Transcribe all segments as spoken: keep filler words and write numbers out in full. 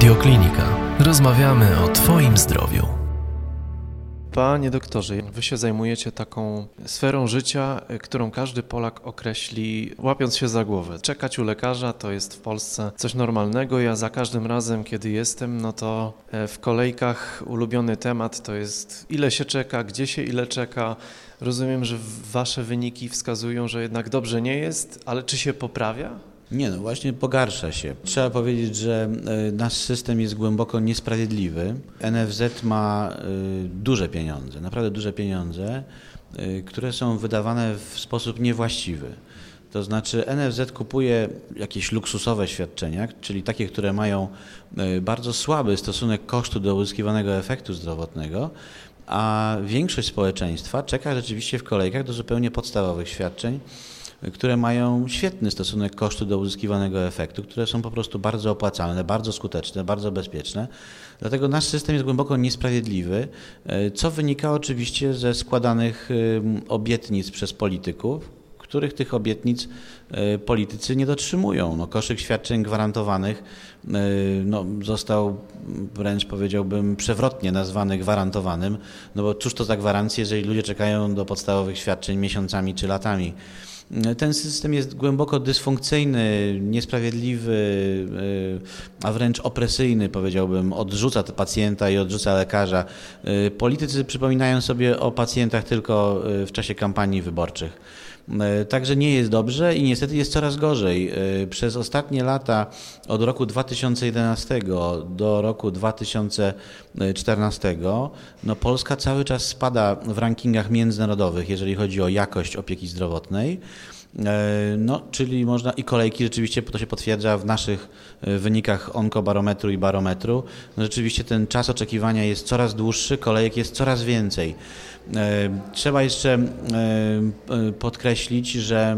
Radioklinika. Rozmawiamy o Twoim zdrowiu. Panie doktorze, wy się zajmujecie taką sferą życia, którą każdy Polak określi, łapiąc się za głowę. Czekać u lekarza to jest w Polsce coś normalnego. Ja za każdym razem, kiedy jestem, no to w kolejkach ulubiony temat to jest ile się czeka, gdzie się ile czeka. Rozumiem, że wasze wyniki wskazują, że jednak dobrze nie jest, ale czy się poprawia? Nie, no właśnie pogarsza się. Trzeba powiedzieć, że nasz system jest głęboko niesprawiedliwy. N F Z ma duże pieniądze, naprawdę duże pieniądze, które są wydawane w sposób niewłaściwy. To znaczy N F Z kupuje jakieś luksusowe świadczenia, czyli takie, które mają bardzo słaby stosunek kosztu do uzyskiwanego efektu zdrowotnego, a większość społeczeństwa czeka rzeczywiście w kolejkach do zupełnie podstawowych świadczeń, które mają świetny stosunek kosztu do uzyskiwanego efektu, które są po prostu bardzo opłacalne, bardzo skuteczne, bardzo bezpieczne. Dlatego nasz system jest głęboko niesprawiedliwy, co wynika oczywiście ze składanych obietnic przez polityków, których tych obietnic politycy nie dotrzymują. No, koszyk świadczeń gwarantowanych no, został wręcz, powiedziałbym, przewrotnie nazwany gwarantowanym, no bo cóż to za gwarancje, jeżeli ludzie czekają do podstawowych świadczeń miesiącami czy latami. Ten system jest głęboko dysfunkcyjny, niesprawiedliwy, a wręcz opresyjny, powiedziałbym. Odrzuca pacjenta i odrzuca lekarza. Politycy przypominają sobie o pacjentach tylko w czasie kampanii wyborczych. Także nie jest dobrze i niestety jest coraz gorzej. Przez ostatnie lata, od roku dwa tysiące jedenastego do roku dwa tysiące czternastego, no Polska cały czas spada w rankingach międzynarodowych, jeżeli chodzi o jakość opieki zdrowotnej. No, czyli można i kolejki rzeczywiście, to się potwierdza w naszych wynikach onkobarometru i barometru. No, rzeczywiście ten czas oczekiwania jest coraz dłuższy, kolejek jest coraz więcej. Trzeba jeszcze podkreślić, że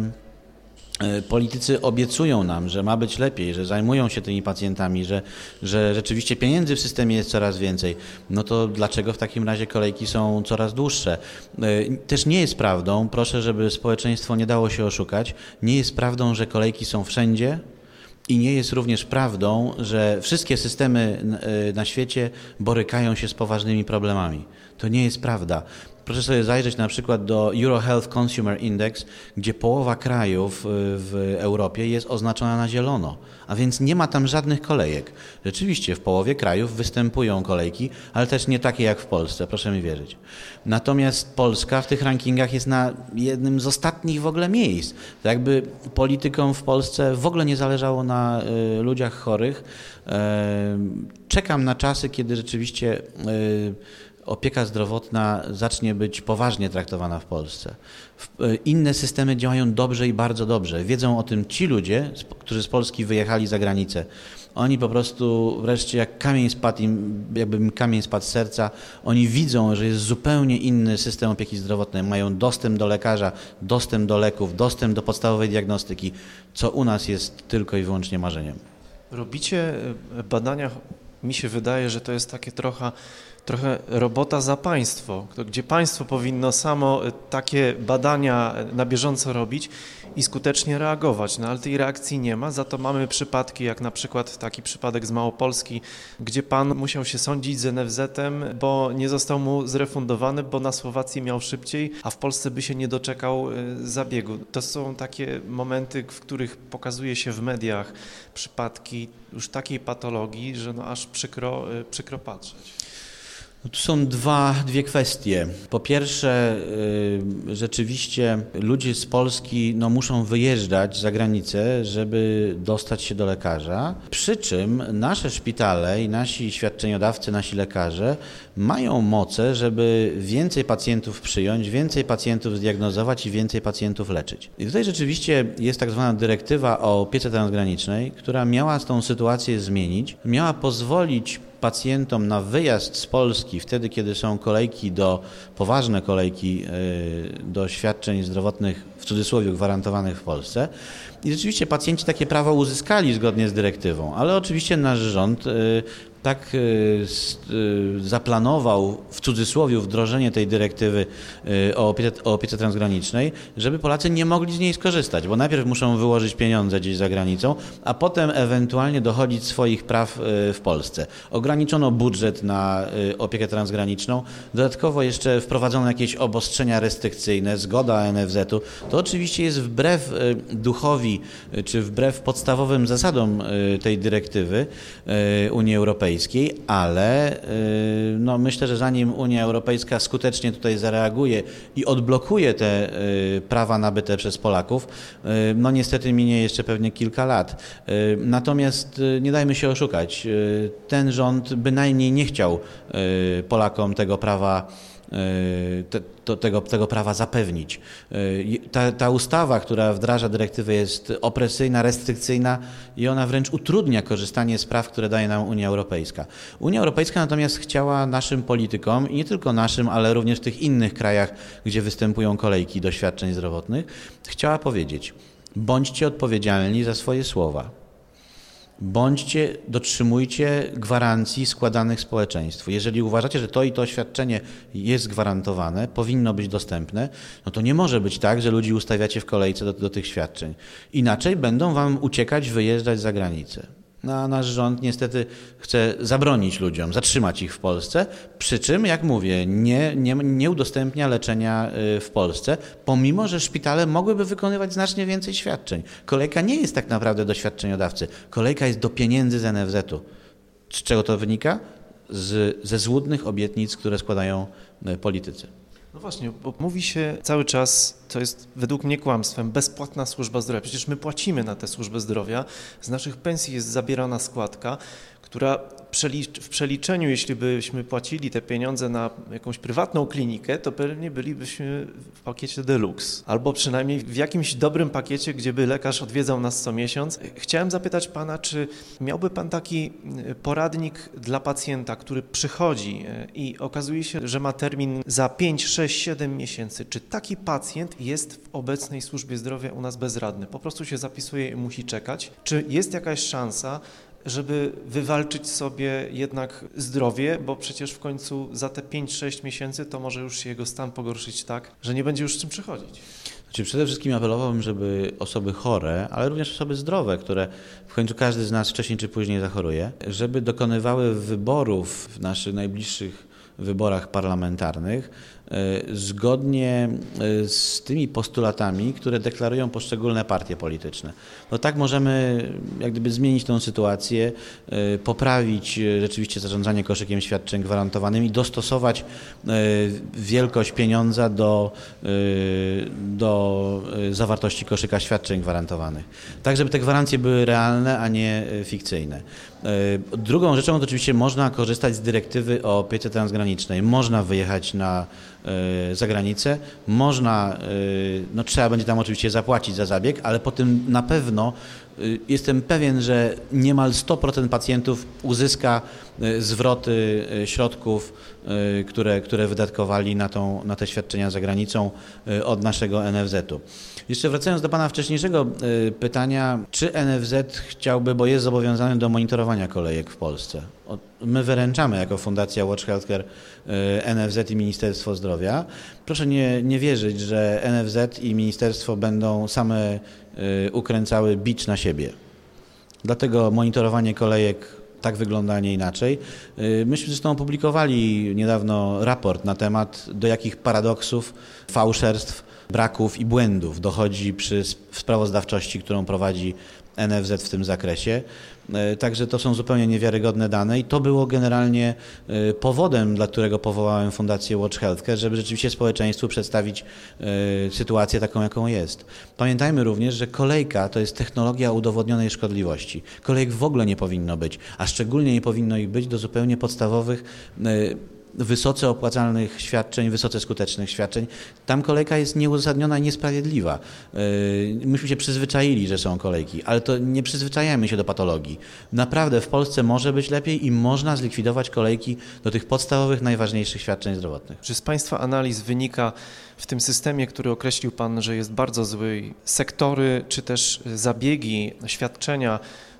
politycy obiecują nam, że ma być lepiej, że zajmują się tymi pacjentami, że, że rzeczywiście pieniędzy w systemie jest coraz więcej. No to dlaczego w takim razie kolejki są coraz dłuższe? Też nie jest prawdą, proszę, żeby społeczeństwo nie dało się oszukać, nie jest prawdą, że kolejki są wszędzie i nie jest również prawdą, że wszystkie systemy na świecie borykają się z poważnymi problemami. To nie jest prawda. Proszę sobie zajrzeć na przykład do Eurohealth Consumer Index, gdzie połowa krajów w Europie jest oznaczona na zielono, a więc nie ma tam żadnych kolejek. Rzeczywiście w połowie krajów występują kolejki, ale też nie takie jak w Polsce, proszę mi wierzyć. Natomiast Polska w tych rankingach jest na jednym z ostatnich w ogóle miejsc. To jakby politykom w Polsce w ogóle nie zależało na y, ludziach chorych. Y, czekam na czasy, kiedy rzeczywiście y, opieka zdrowotna zacznie być poważnie traktowana w Polsce. Inne systemy działają dobrze i bardzo dobrze. Wiedzą o tym ci ludzie, którzy z Polski wyjechali za granicę. Oni po prostu wreszcie jak kamień spadł im, jakby im kamień spadł z serca, oni widzą, że jest zupełnie inny system opieki zdrowotnej. Mają dostęp do lekarza, dostęp do leków, dostęp do podstawowej diagnostyki, co u nas jest tylko i wyłącznie marzeniem. Robicie badania, mi się wydaje, że to jest takie trochę Trochę robota za państwo, gdzie państwo powinno samo takie badania na bieżąco robić i skutecznie reagować, no ale tej reakcji nie ma, za to mamy przypadki, jak na przykład taki przypadek z Małopolski, gdzie pan musiał się sądzić z N F Z-em, bo nie został mu zrefundowany, bo na Słowacji miał szybciej, a w Polsce by się nie doczekał zabiegu. To są takie momenty, w których pokazuje się w mediach przypadki już takiej patologii, że no aż przykro, przykro patrzeć. No tu są dwa, dwie kwestie. Po pierwsze, y, rzeczywiście ludzie z Polski no, muszą wyjeżdżać za granicę, żeby dostać się do lekarza. Przy czym nasze szpitale i nasi świadczeniodawcy, nasi lekarze mają moce, żeby więcej pacjentów przyjąć, więcej pacjentów zdiagnozować i więcej pacjentów leczyć. I tutaj rzeczywiście jest tak zwana dyrektywa o opiece transgranicznej, która miała tą sytuację zmienić, miała pozwolić pacjentom na wyjazd z Polski wtedy, kiedy są kolejki do, poważne kolejki do świadczeń zdrowotnych, w cudzysłowie gwarantowanych w Polsce. I rzeczywiście pacjenci takie prawo uzyskali zgodnie z dyrektywą, ale oczywiście nasz rząd tak zaplanował w cudzysłowie wdrożenie tej dyrektywy o opiece, o opiece transgranicznej, żeby Polacy nie mogli z niej skorzystać, bo najpierw muszą wyłożyć pieniądze gdzieś za granicą, a potem ewentualnie dochodzić swoich praw w Polsce. Ograniczono budżet na opiekę transgraniczną, dodatkowo jeszcze wprowadzono jakieś obostrzenia restrykcyjne, zgoda N F Z-u. To oczywiście jest wbrew duchowi, czy wbrew podstawowym zasadom tej dyrektywy Unii Europejskiej, ale no, myślę, że zanim Unia Europejska skutecznie tutaj zareaguje i odblokuje te prawa nabyte przez Polaków, no niestety minie jeszcze pewnie kilka lat. Natomiast nie dajmy się oszukać, ten rząd bynajmniej nie chciał Polakom tego prawa Te, to, tego, tego prawa zapewnić. Ta, ta ustawa, która wdraża dyrektywę, jest opresyjna, restrykcyjna i ona wręcz utrudnia korzystanie z praw, które daje nam Unia Europejska. Unia Europejska natomiast chciała naszym politykom, i nie tylko naszym, ale również w tych innych krajach, gdzie występują kolejki do świadczeń zdrowotnych, chciała powiedzieć: bądźcie odpowiedzialni za swoje słowa. Bądźcie, dotrzymujcie gwarancji składanych społeczeństwu. Jeżeli uważacie, że to i to świadczenie jest gwarantowane, powinno być dostępne, no to nie może być tak, że ludzi ustawiacie w kolejce do, do tych świadczeń. Inaczej będą wam uciekać, wyjeżdżać za granicę. No, a nasz rząd niestety chce zabronić ludziom, zatrzymać ich w Polsce, przy czym, jak mówię, nie, nie, nie udostępnia leczenia w Polsce, pomimo że szpitale mogłyby wykonywać znacznie więcej świadczeń. Kolejka nie jest tak naprawdę do świadczeniodawcy, kolejka jest do pieniędzy z N F Z-u. Z czego to wynika? Z, ze złudnych obietnic, które składają politycy. No właśnie, bo mówi się cały czas, to jest według mnie kłamstwem, bezpłatna służba zdrowia. Przecież my płacimy na tę służbę zdrowia, z naszych pensji jest zabierana składka, która w przeliczeniu, jeśli byśmy płacili te pieniądze na jakąś prywatną klinikę, to pewnie bylibyśmy w pakiecie deluxe, albo przynajmniej w jakimś dobrym pakiecie, gdzie by lekarz odwiedzał nas co miesiąc. Chciałem zapytać pana, czy miałby pan taki poradnik dla pacjenta, który przychodzi i okazuje się, że ma termin za pięć, sześć, siedem miesięcy. Czy taki pacjent jest w obecnej służbie zdrowia u nas bezradny? Po prostu się zapisuje i musi czekać? Czy jest jakaś szansa, żeby wywalczyć sobie jednak zdrowie, bo przecież w końcu za te pięć sześć miesięcy to może już się jego stan pogorszyć tak, że nie będzie już z czym przychodzić? Znaczy, przede wszystkim apelowałbym, żeby osoby chore, ale również osoby zdrowe, które w końcu każdy z nas wcześniej czy później zachoruje, żeby dokonywały wyborów w naszych najbliższych wyborach parlamentarnych zgodnie z tymi postulatami, które deklarują poszczególne partie polityczne. No tak możemy jak gdyby zmienić tę sytuację, poprawić rzeczywiście zarządzanie koszykiem świadczeń gwarantowanym i dostosować wielkość pieniądza do, do zawartości koszyka świadczeń gwarantowanych. Tak, żeby te gwarancje były realne, a nie fikcyjne. Drugą rzeczą to oczywiście można korzystać z dyrektywy o opiece transgranicznej. Można wyjechać na za granicę, można, no trzeba będzie tam oczywiście zapłacić za zabieg, ale po tym na pewno jestem pewien, że niemal sto procent pacjentów uzyska zwroty środków, które, które wydatkowali na, tą, na te świadczenia za granicą od naszego N F Z-u. Jeszcze wracając do pana wcześniejszego pytania, czy N F Z chciałby, bo jest zobowiązany do monitorowania kolejek w Polsce. My wyręczamy jako Fundacja Watch Healthcare N F Z i Ministerstwo Zdrowia. Proszę nie, nie wierzyć, że N F Z i ministerstwo będą same ukręcały bicz na siebie. Dlatego monitorowanie kolejek tak wygląda, a nie inaczej. Myśmy zresztą opublikowali niedawno raport na temat, do jakich paradoksów, fałszerstw, braków i błędów dochodzi przy sprawozdawczości, którą prowadzi N F Z w tym zakresie. Także to są zupełnie niewiarygodne dane i to było generalnie powodem, dla którego powołałem Fundację Watch Healthcare, żeby rzeczywiście społeczeństwu przedstawić sytuację taką, jaką jest. Pamiętajmy również, że kolejka to jest technologia udowodnionej szkodliwości. Kolejek w ogóle nie powinno być, a szczególnie nie powinno ich być do zupełnie podstawowych wysoce opłacalnych świadczeń, wysoce skutecznych świadczeń. Tam kolejka jest nieuzasadniona i niesprawiedliwa. Myśmy się przyzwyczaili, że są kolejki, ale to nie przyzwyczajamy się do patologii. Naprawdę w Polsce może być lepiej i można zlikwidować kolejki do tych podstawowych, najważniejszych świadczeń zdrowotnych. Czy z państwa analiz wynika w tym systemie, który określił pan, że jest bardzo zły, sektory czy też zabiegi, świadczenia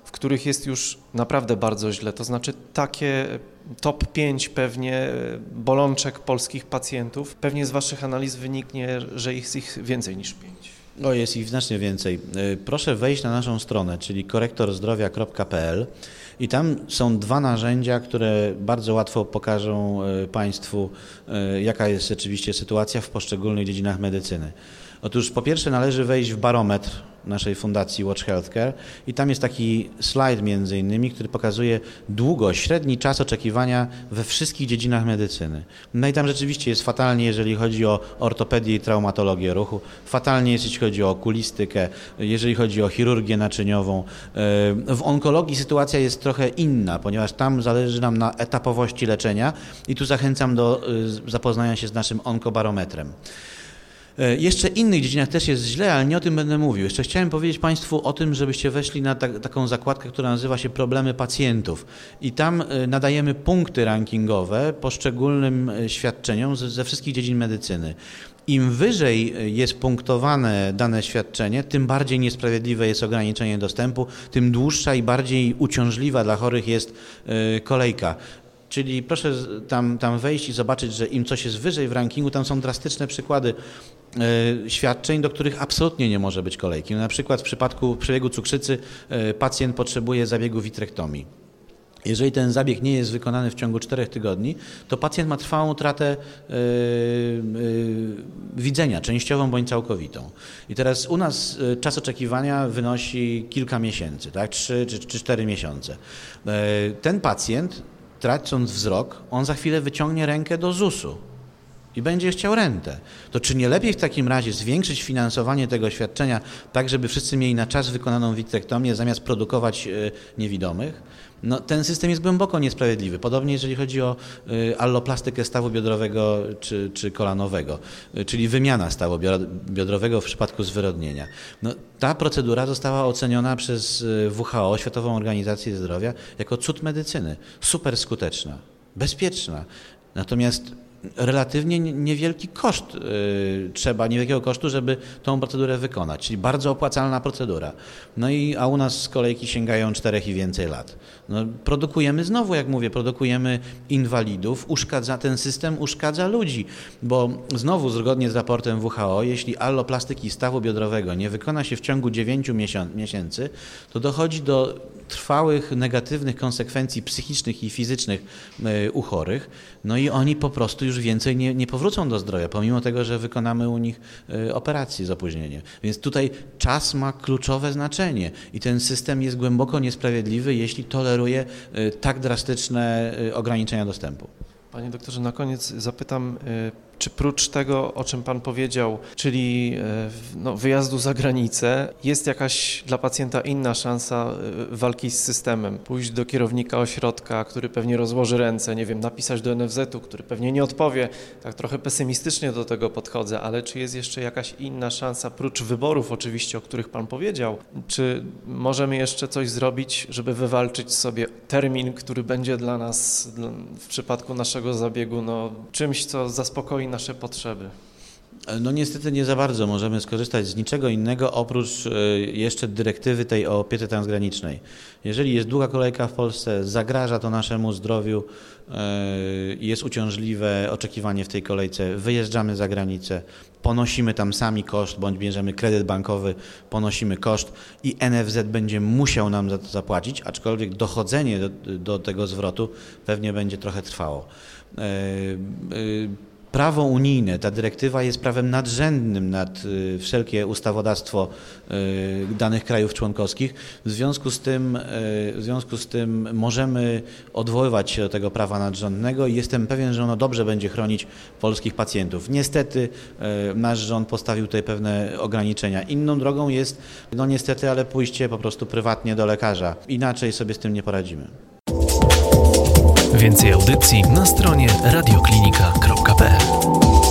w których jest już naprawdę bardzo źle. To znaczy takie top pięć pewnie bolączek polskich pacjentów. Pewnie z waszych analiz wyniknie, że jest ich więcej niż pięć. O, jest ich znacznie więcej. Proszę wejść na naszą stronę, czyli korektor zdrowia kropka p l i tam są dwa narzędzia, które bardzo łatwo pokażą Państwu, jaka jest rzeczywiście sytuacja w poszczególnych dziedzinach medycyny. Otóż po pierwsze należy wejść w barometr naszej fundacji Watch Healthcare i tam jest taki slajd między innymi, który pokazuje długość, średni czas oczekiwania we wszystkich dziedzinach medycyny. No i tam rzeczywiście jest fatalnie, jeżeli chodzi o ortopedię i traumatologię ruchu, fatalnie jest, jeśli chodzi o okulistykę, jeżeli chodzi o chirurgię naczyniową. W onkologii sytuacja jest trochę inna, ponieważ tam zależy nam na etapowości leczenia i tu zachęcam do zapoznania się z naszym onkobarometrem. Jeszcze w innych dziedzinach też jest źle, ale nie o tym będę mówił. Jeszcze chciałem powiedzieć Państwu o tym, żebyście weszli na ta, taką zakładkę, która nazywa się problemy pacjentów. I tam nadajemy punkty rankingowe poszczególnym świadczeniom ze, ze wszystkich dziedzin medycyny. Im wyżej jest punktowane dane świadczenie, tym bardziej niesprawiedliwe jest ograniczenie dostępu, tym dłuższa i bardziej uciążliwa dla chorych jest kolejka. Czyli proszę tam, tam wejść i zobaczyć, że im coś jest wyżej w rankingu, tam są drastyczne przykłady y, świadczeń, do których absolutnie nie może być kolejki. No, na przykład w przypadku przebiegu cukrzycy y, pacjent potrzebuje zabiegu witrektomii. Jeżeli ten zabieg nie jest wykonany w ciągu czterech tygodni, to pacjent ma trwałą utratę yy, yy, widzenia, częściową bądź całkowitą. I teraz u nas czas oczekiwania wynosi kilka miesięcy, tak? trzy czy, czy cztery miesiące. Yy, ten pacjent, tracąc wzrok, on za chwilę wyciągnie rękę do zusu i będzie chciał rentę. To czy nie lepiej w takim razie zwiększyć finansowanie tego świadczenia tak, żeby wszyscy mieli na czas wykonaną witrektomię, zamiast produkować yy, niewidomych? No, ten system jest głęboko niesprawiedliwy. Podobnie jeżeli chodzi o y, alloplastykę stawu biodrowego czy, czy kolanowego, y, czyli wymiana stawu biodrowego w przypadku zwyrodnienia. No, ta procedura została oceniona przez W H O, Światową Organizację Zdrowia, jako cud medycyny. Super skuteczna, bezpieczna. Natomiast relatywnie niewielki koszt yy, trzeba, niewielkiego kosztu, żeby tą procedurę wykonać, czyli bardzo opłacalna procedura. No i, a u nas z kolejki sięgają czterech i więcej lat. No, produkujemy znowu, jak mówię, produkujemy inwalidów, uszkadza, ten system uszkadza ludzi, bo znowu zgodnie z raportem W H O, jeśli alloplastyki stawu biodrowego nie wykona się w ciągu dziewięciu miesięcy, to dochodzi do trwałych, negatywnych konsekwencji psychicznych i fizycznych yy, u chorych, no i oni po prostu już więcej nie, nie powrócą do zdrowia, pomimo tego, że wykonamy u nich y, operację z opóźnieniem. Więc tutaj czas ma kluczowe znaczenie i ten system jest głęboko niesprawiedliwy, jeśli toleruje y, tak drastyczne y, ograniczenia dostępu. Panie doktorze, na koniec zapytam, czy prócz tego, o czym Pan powiedział, czyli no, wyjazdu za granicę, jest jakaś dla pacjenta inna szansa walki z systemem? Pójść do kierownika ośrodka, który pewnie rozłoży ręce, nie wiem, napisać do N F Z-u, który pewnie nie odpowie. Tak trochę pesymistycznie do tego podchodzę, ale czy jest jeszcze jakaś inna szansa, prócz wyborów oczywiście, o których Pan powiedział, czy możemy jeszcze coś zrobić, żeby wywalczyć sobie termin, który będzie dla nas w przypadku naszego zabiegu no, czymś, co zaspokoi nasze potrzeby? No niestety nie za bardzo możemy skorzystać z niczego innego oprócz jeszcze dyrektywy tej o opiece transgranicznej. Jeżeli jest długa kolejka w Polsce, zagraża to naszemu zdrowiu i jest uciążliwe oczekiwanie w tej kolejce, wyjeżdżamy za granicę, ponosimy tam sami koszt, bądź bierzemy kredyt bankowy, ponosimy koszt i N F Z będzie musiał nam za to zapłacić, aczkolwiek dochodzenie do, do tego zwrotu pewnie będzie trochę trwało. Prawo unijne, ta dyrektywa jest prawem nadrzędnym nad wszelkie ustawodawstwo danych krajów członkowskich. W związku z tym, w związku z tym możemy odwoływać się do tego prawa nadrzędnego i jestem pewien, że ono dobrze będzie chronić polskich pacjentów. Niestety nasz rząd postawił tutaj pewne ograniczenia. Inną drogą jest, no niestety, ale pójście po prostu prywatnie do lekarza. Inaczej sobie z tym nie poradzimy. Więcej audycji na stronie radioklinika kropka p l.